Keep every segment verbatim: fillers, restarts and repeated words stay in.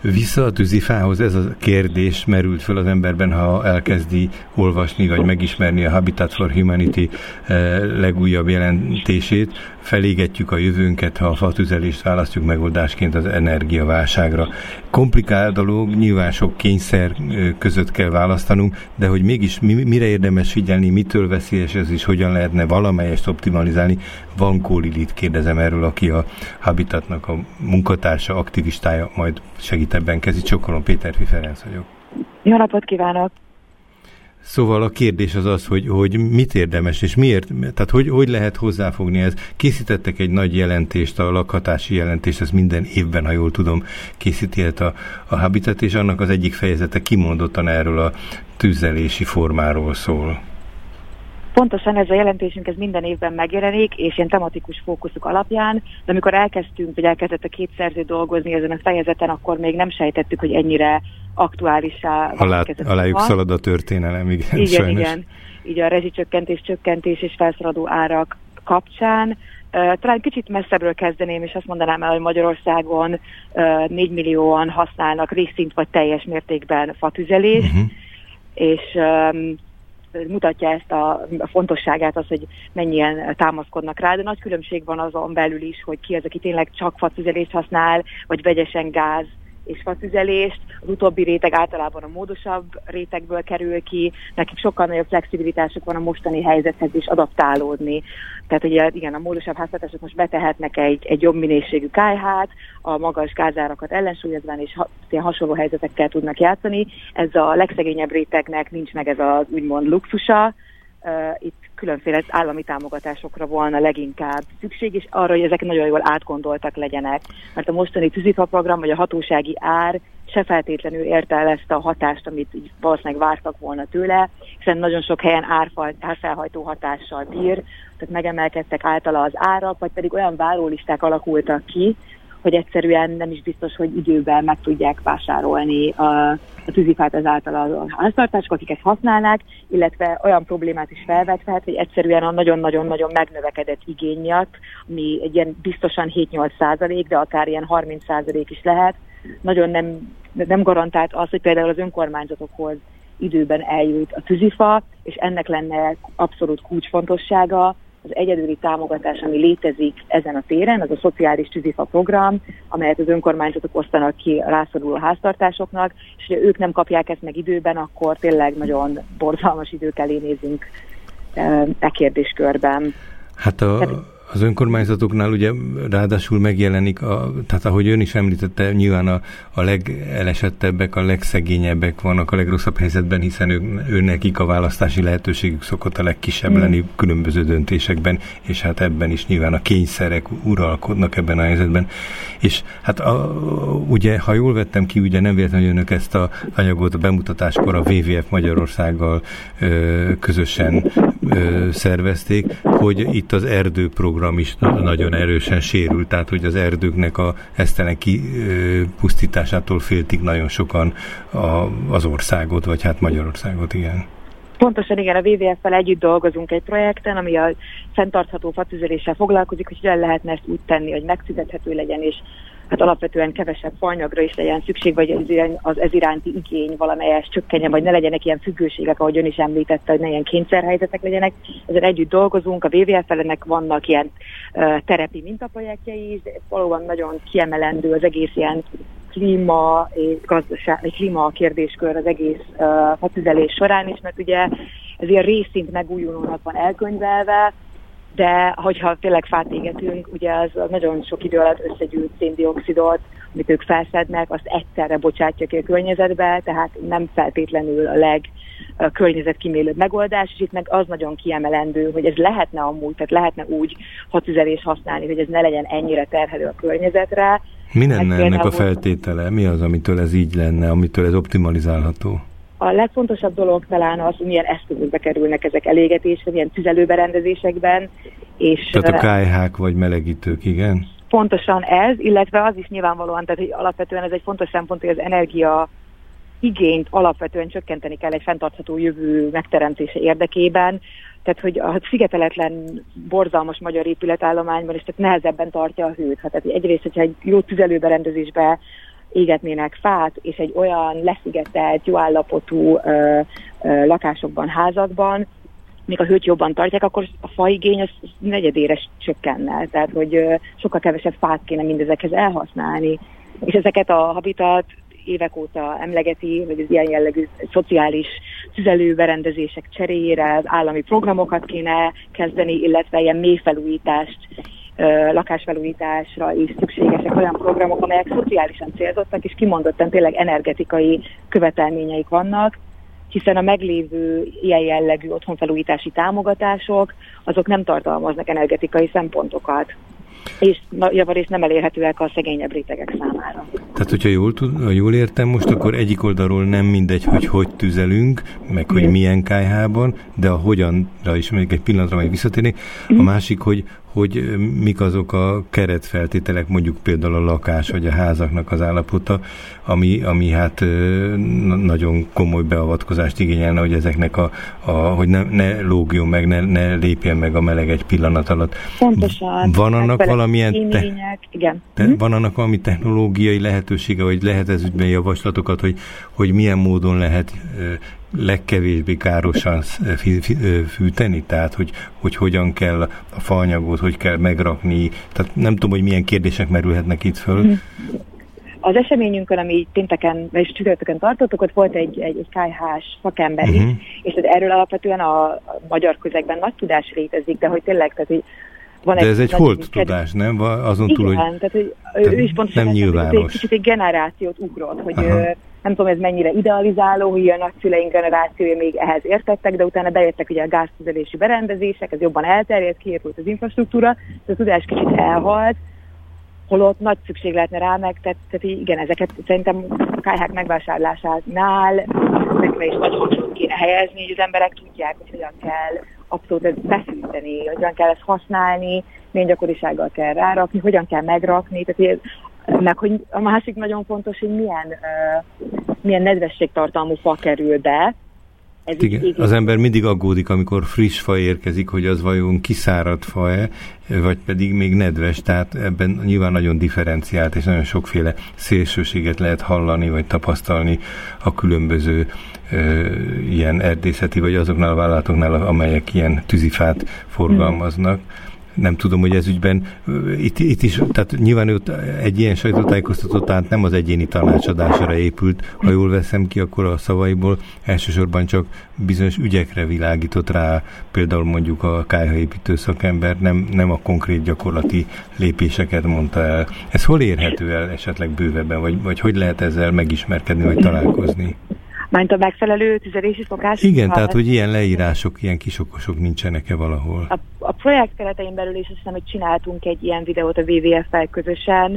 Vissza a tűzifához, ez a kérdés merült föl az emberben, ha elkezdi olvasni, vagy megismerni a Habitat for Humanity legújabb jelentését. Felégetjük a jövőnket, ha a fatüzelést választjuk megoldásként az energiaválságra. Komplikált dolog, nyilván sok kényszer között kell választanunk, de hogy mégis mire érdemes figyelni, mitől veszélyes ez is, hogyan lehetne valamelyest optimalizálni. Vankó Lilit kérdezem erről, aki a Habitatnak a munkatársa, aktivistája, majd segít ebben. Kezi Csokolom, Péterfi Ferenc vagyok. Jó napot kívánok! Szóval a kérdés az az, hogy, hogy mit érdemes, és miért, tehát hogy, hogy lehet hozzáfogni ez. Készítettek egy nagy jelentést, a lakhatási jelentést, ez minden évben, ha jól tudom, készíti a, a Habitat, és annak az egyik fejezete kimondottan erről a tüzelési formáról szól. Pontosan ez a jelentésünk, ez minden évben megjelenik, és ilyen tematikus fókuszuk alapján, de amikor elkezdtünk, vagy elkezdett a két szerző dolgozni ezen a fejezeten, akkor még nem sejtettük, hogy ennyire aktuálissá változik. Alájuk szalad a történelem, igen. Igen, sajnos. igen. Így a rezsicsökkentés, csökkentés és felszaladó árak kapcsán. Uh, talán kicsit messzebbről kezdeném, és azt mondanám el, hogy Magyarországon uh, négy millióan használnak részint vagy teljes mértékben fatüzelést, uh-huh. és um, mutatja ezt a, a fontosságát, az, hogy mennyien támaszkodnak rá, de nagy különbség van azon belül is, hogy ki az, aki tényleg csak fatüzelést használ, vagy vegyesen gáz és fatüzelést. Az utóbbi réteg általában a módosabb rétegből kerül ki, nekik sokkal nagyobb flexibilitásuk van a mostani helyzethez is adaptálódni. Tehát ugye igen, a módosabb háztartások most betehetnek egy, egy jobb minőségű kályhát, a magas gázárakat ellensúlyozván, és ha, ilyen hasonló helyzetekkel tudnak játszani. Ez a legszegényebb rétegnek nincs meg ez az úgymond luxusa. Uh, itt különféle állami támogatásokra volna leginkább szükség, és arra, hogy ezek nagyon jól átgondoltak legyenek. Mert a mostani tűzifa program, vagy a hatósági ár se feltétlenül érte el ezt a hatást, amit így valószínűleg vártak volna tőle, hiszen nagyon sok helyen árfal, árfelhajtó hatással bír, tehát megemelkedtek általa az árak, vagy pedig olyan várólisták alakultak ki, hogy egyszerűen nem is biztos, hogy időben meg tudják vásárolni a, a tűzifát ezáltal a háztartások, akik ezt használnák, illetve olyan problémát is felvethet, hogy egyszerűen a nagyon-nagyon-nagyon megnövekedett igény miatt, ami egy ilyen biztosan hét-nyolc százalék, de akár ilyen harminc százalék is lehet, nagyon nem, nem garantált az, hogy például az önkormányzatokhoz időben eljut a tűzifa, és ennek lenne abszolút kulcsfontossága. Az egyedüli támogatás, ami létezik ezen a téren, az a szociális tűzifa program, amelyet az önkormányzatok osztanak ki a rászoruló háztartásoknak, és ha ők nem kapják ezt meg időben, akkor tényleg nagyon borzalmas idők elé nézünk e kérdéskörben. Hát a... Tehát, az önkormányzatoknál ugye ráadásul megjelenik, a, tehát ahogy ön is említette, nyilván a, a legelesettebbek, a legszegényebbek vannak a legrosszabb helyzetben, hiszen ő, ő nekik a választási lehetőségük szokott a legkisebb mm. lenni különböző döntésekben, és hát ebben is nyilván a kényszerek uralkodnak ebben a helyzetben. És hát a, ugye, ha jól vettem ki, ugye nem véletlenül önök ezt a anyagot a bemutatáskor a dupla vé vé ef Magyarországgal ö, közösen ö, szervezték, hogy itt az erdőprogram is nagyon erősen sérült, tehát hogy az erdőknek a esztelen kipusztításától féltik nagyon sokan a, az országot, vagy hát Magyarországot, igen. Pontosan igen, a dupla vé vé ef-fel együtt dolgozunk egy projekten, ami a fenntartható fatüzeléssel foglalkozik, hogy hogyan lehetne ezt úgy tenni, hogy megfizethető legyen, és hát alapvetően kevesebb faanyagra is legyen szükség, vagy az ez iránti igény valamelyest csökkenjen, vagy ne legyenek ilyen függőségek, ahogy ön is említette, hogy ne ilyen kényszerhelyzetek legyenek. Ezzel együtt dolgozunk, a dupla vé vé ef-fel ennek vannak ilyen uh, terepi mintaprojektjei is, de valóban nagyon kiemelendő az egész ilyen klíma és gazdaság, klíma kérdéskör az egész uh, fatüzelés során is, mert ugye ez ilyen részint megújulónak van elkönyvelve, de hogyha tényleg fát égetünk, ugye az nagyon sok idő alatt összegyűlt széndioxidot, amit ők felszednek, azt egyszerre bocsátja ki a környezetbe, tehát nem feltétlenül a legkörnyezetkímélőbb megoldás, és itt meg az nagyon kiemelendő, hogy ez lehetne amúgy, tehát lehetne úgy fatüzelést használni, hogy ez ne legyen ennyire terhelő a környezetre. Mi lenne ennek a feltétele? Mi az, amitől ez így lenne, amitől ez optimalizálható? A legfontosabb dolog talán az, hogy milyen eszközökbe kerülnek ezek elégetésre, milyen tüzelőberendezésekben. És tehát a kályhák vagy melegítők, igen? Pontosan ez, illetve az is nyilvánvalóan, tehát hogy alapvetően ez egy fontos szempont, hogy az energia igényt alapvetően csökkenteni kell egy fenntartható jövő megteremtése érdekében. Tehát, hogy a szigeteletlen, borzalmas magyar épületállományban is tehát nehezebben tartja a hőt. Hát, tehát egyrészt, hogyha egy jó tüzelőberendezésbe égetnének fát, és egy olyan leszigetelt, jó állapotú ö, ö, lakásokban, házakban, még a hőt jobban tartják, akkor a faigény az negyedére csökkenne. Tehát, hogy ö, sokkal kevesebb fát kéne mindezekhez elhasználni. És ezeket a Habitat évek óta emlegeti, hogy az ilyen jellegű szociális tüzelőberendezések cseréjére az állami programokat kéne kezdeni, illetve ilyen mélyfelújítást, lakásfelújításra is szükségesek olyan programok, amelyek szociálisan célzottak, és kimondottan tényleg energetikai követelményeik vannak, hiszen a meglévő ilyen jellegű otthonfelújítási támogatások, azok nem tartalmaznak energetikai szempontokat, és javarészt nem elérhetőek a szegényebb rétegek számára. Tehát, hogyha jól, ha jól értem most, akkor egyik oldalról nem mindegy, hogy hogy tüzelünk, meg hogy milyen kályhában, de a hogyanra is még egy pillanatra majd visszatérnék. A másik, hogy hogy mik azok a keretfeltételek, mondjuk például a lakás vagy a házaknak az állapota, ami, ami hát nagyon komoly beavatkozást igényelne, hogy ezeknek a, a hogy ne, ne lógjon meg, ne, ne lépjen meg a meleg egy pillanat alatt. Pontosan. Van annak valamilyen te, igen. Te, van annak valami technológiai lehetősége, hogy lehet ez ügyben javaslatokat, hogy, hogy milyen módon lehet legkevésbé károsan fűteni, tehát hogy, hogy hogyan kell a faanyagot, hogy kell megrakni, tehát nem tudom, hogy milyen kérdések merülhetnek itt föl. Az eseményünkön, ami pénteken, vagy csütörtökön tartottuk, ott volt egy, egy, egy kályhás szakember uh-huh. is, és erről alapvetően a, a magyar közegben nagy tudás létezik, de hogy tényleg, tehát, hogy van de egy ez egy holt tudás, nem? Azon túl, igen, hogy, tehát, hogy tehát ő is pontosan nem nyilvános. Egy kicsit egy generációt ugrott, hogy ö, nem tudom, ez mennyire idealizáló, hogy a nagyszüleink generációja még ehhez értettek, de utána bejöttek ugye a gáztüzelési berendezések, ez jobban elterjedt, kiépült az infrastruktúra, de a tudás kicsit elhalt, holott nagy szükség lehetne rá, meg tehát, tehát igen, ezeket szerintem a kályhák megvásárlásánál ezekre is nagy hangsúlyt kéne helyezni, hogy az emberek tudják, hogy hogyan kell abszolút ezt befűteni, hogyan kell ezt használni, milyen gyakorisággal kell rárakni, hogyan kell megrakni, tehát meg hogy a másik nagyon fontos, hogy milyen, uh, milyen nedvességtartalmú fa kerül be. Ez igen, így, az ember mindig aggódik, amikor friss fa érkezik, hogy az vajon kiszáradt fa-e, vagy pedig még nedves, tehát ebben nyilván nagyon differenciált, és nagyon sokféle szélsőséget lehet hallani, vagy tapasztalni a különböző ö, ilyen erdészeti, vagy azoknál a vállalatoknál, amelyek ilyen tűzifát forgalmaznak. Hmm. Nem tudom, hogy ez ügyben, itt, itt is, tehát nyilván ott egy ilyen sajtótájékoztató, tehát nem az egyéni tanácsadásra épült, ha jól veszem ki, akkor a szavaiból elsősorban csak bizonyos ügyekre világított rá, például mondjuk a kályhaépítő szakember, nem, nem a konkrét gyakorlati lépéseket mondta el. Ez hol érhető el esetleg bővebben, vagy, vagy hogy lehet ezzel megismerkedni, vagy találkozni? Mint a megfelelő tüzelési szokás? Igen, tehát, hogy ilyen leírások, ilyen kisokosok nincsenek-e valahol? A, a projekt keretein belül is azt hiszem, hogy csináltunk egy ilyen videót a dupla vé vé ef-fel közösen,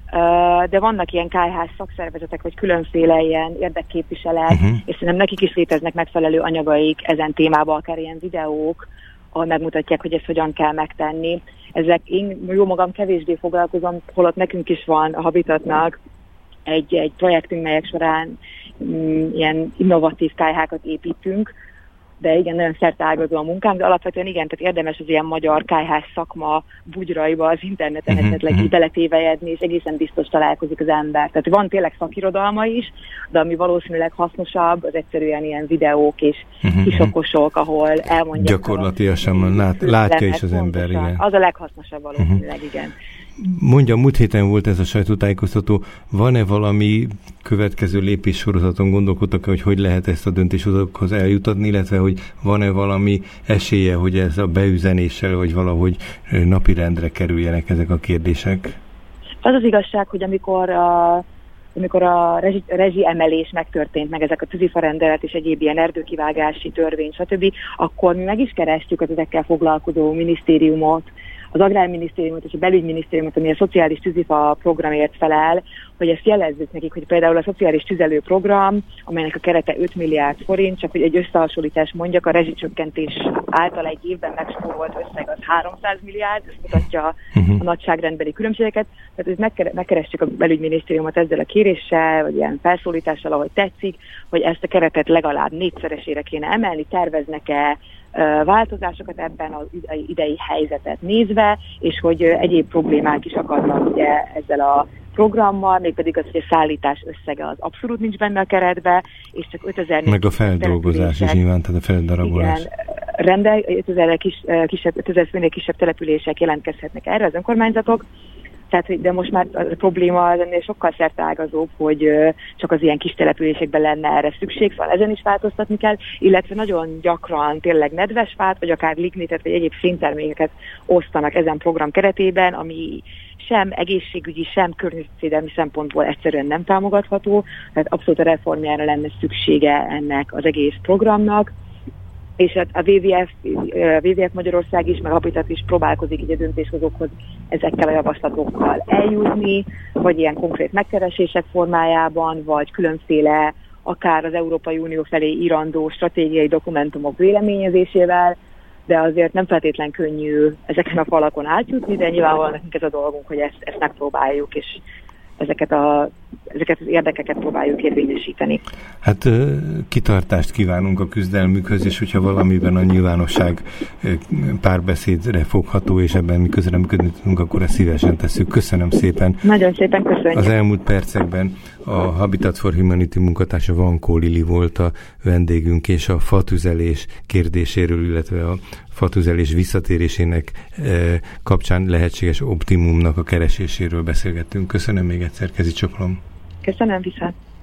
de vannak ilyen kályhás szakszervezetek, vagy különféle ilyen érdekképviselet, uh-huh. és szerintem nekik is léteznek megfelelő anyagaik ezen témában, akár ilyen videók, ahol megmutatják, hogy ezt hogyan kell megtenni. Ezek én jó magam kevésbé foglalkozom, holott nekünk is van a Habitatnak egy, egy projektünk, melyek során mm, ilyen innovatív kályhákat építünk, de igen, nagyon szerteágazó a munkánk, de alapvetően igen, tehát érdemes az ilyen magyar kályhás szakma bugyraiba az interneten uh-huh, esetleg uh-huh. beletévejedni, és egészen biztos találkozik az ember. Tehát van tényleg szakirodalma is, de ami valószínűleg hasznosabb, az egyszerűen ilyen videók és uh-huh, kisokosok, ahol elmondják. Gyakorlatilag lát, látja is az ember, igen. Az a leghasznosabb valószínűleg, uh-huh. igen. Mondja, múlt héten volt ez a sajtótájékoztató, van-e valami következő lépéssorozaton gondolkodtak, hogy hogy lehet ezt a döntéshozókhoz eljutatni, illetve hogy van-e valami esélye, hogy ez a beüzenéssel, vagy valahogy napirendre kerüljenek ezek a kérdések? Az az igazság, hogy amikor a, amikor a rezsi, rezsi emelés megtörtént, meg ezek a tűzifarendelet és egyéb ilyen erdőkivágási törvény, stb., akkor mi meg is kerestjük az ezekkel foglalkozó minisztériumot, az Agrárminisztériumot és a Belügyminisztériumot, ami a szociális tűzifa programért felel, hogy ezt jelezzük nekik, hogy például a szociális tüzelő program, amelynek a kerete öt milliárd forint, csak hogy egy összehasonlítás mondjak, a rezsicsökkentés által egy évben megspórolt összeg az háromszáz milliárd, ez mutatja uh-huh. a nagyságrendbeli különbségeket. Tehát ezt megker- megkerestjük a Belügyminisztériumot ezzel a kéréssel, vagy ilyen felszólítással, ahogy tetszik, hogy ezt a keretet legalább négyszeresére kéne emelni, terveznek-e változásokat ebben az idei helyzetet nézve, és hogy egyéb problémák is akadnak ugye ezzel a programmal, mégpedig az, hogy a szállítás összege az abszolút nincs benne a keretbe, és csak ötezer meg a feldolgozás is nyilván, tehát a feldarabolás. Igen, rendel, ötezer kis, kisebb, ötezer főnél kisebb települések jelentkezhetnek erre az önkormányzatok, tehát, de most már a probléma ennél sokkal szerteágazóbb, hogy csak az ilyen kis településekben lenne erre szükség, szóval ezen is változtatni kell, illetve nagyon gyakran tényleg nedves fát, vagy akár lignitet, vagy egyéb széntermékeket osztanak ezen program keretében, ami sem egészségügyi, sem környezetvédelmi szempontból egyszerűen nem támogatható, tehát abszolút a reformjára lenne szüksége ennek az egész programnak. És a dupla vé vé ef, dupla vé vé ef Magyarország is, meg a Habitat is próbálkozik így a döntéshozókhoz ezekkel a javaslatokkal eljutni, vagy ilyen konkrét megkeresések formájában, vagy különféle, akár az Európai Unió felé írandó stratégiai dokumentumok véleményezésével, de azért nem feltétlen könnyű ezeken a falakon átjutni, de nyilvánvalóan nekünk ez a dolgunk, hogy ezt, ezt megpróbáljuk, és ezeket, a, ezeket az érdekeket próbáljuk érvényesíteni. Hát kitartást kívánunk a küzdelmükhöz, és hogyha valamiben a nyilvánosság párbeszédre fogható, és ebben mi közreműködni tudunk, akkor ezt szívesen tesszük. Köszönöm szépen. Nagyon szépen köszönjük. Az elmúlt percekben a Habitat for Humanity munkatársa Vankó Lili volt a vendégünk, és a fatüzelés kérdéséről, illetve a fatüzelés visszatérésének kapcsán lehetséges optimumnak a kereséséről beszélgettünk. Köszönöm még egyszer, kezi csokolom. Köszönöm, viszont.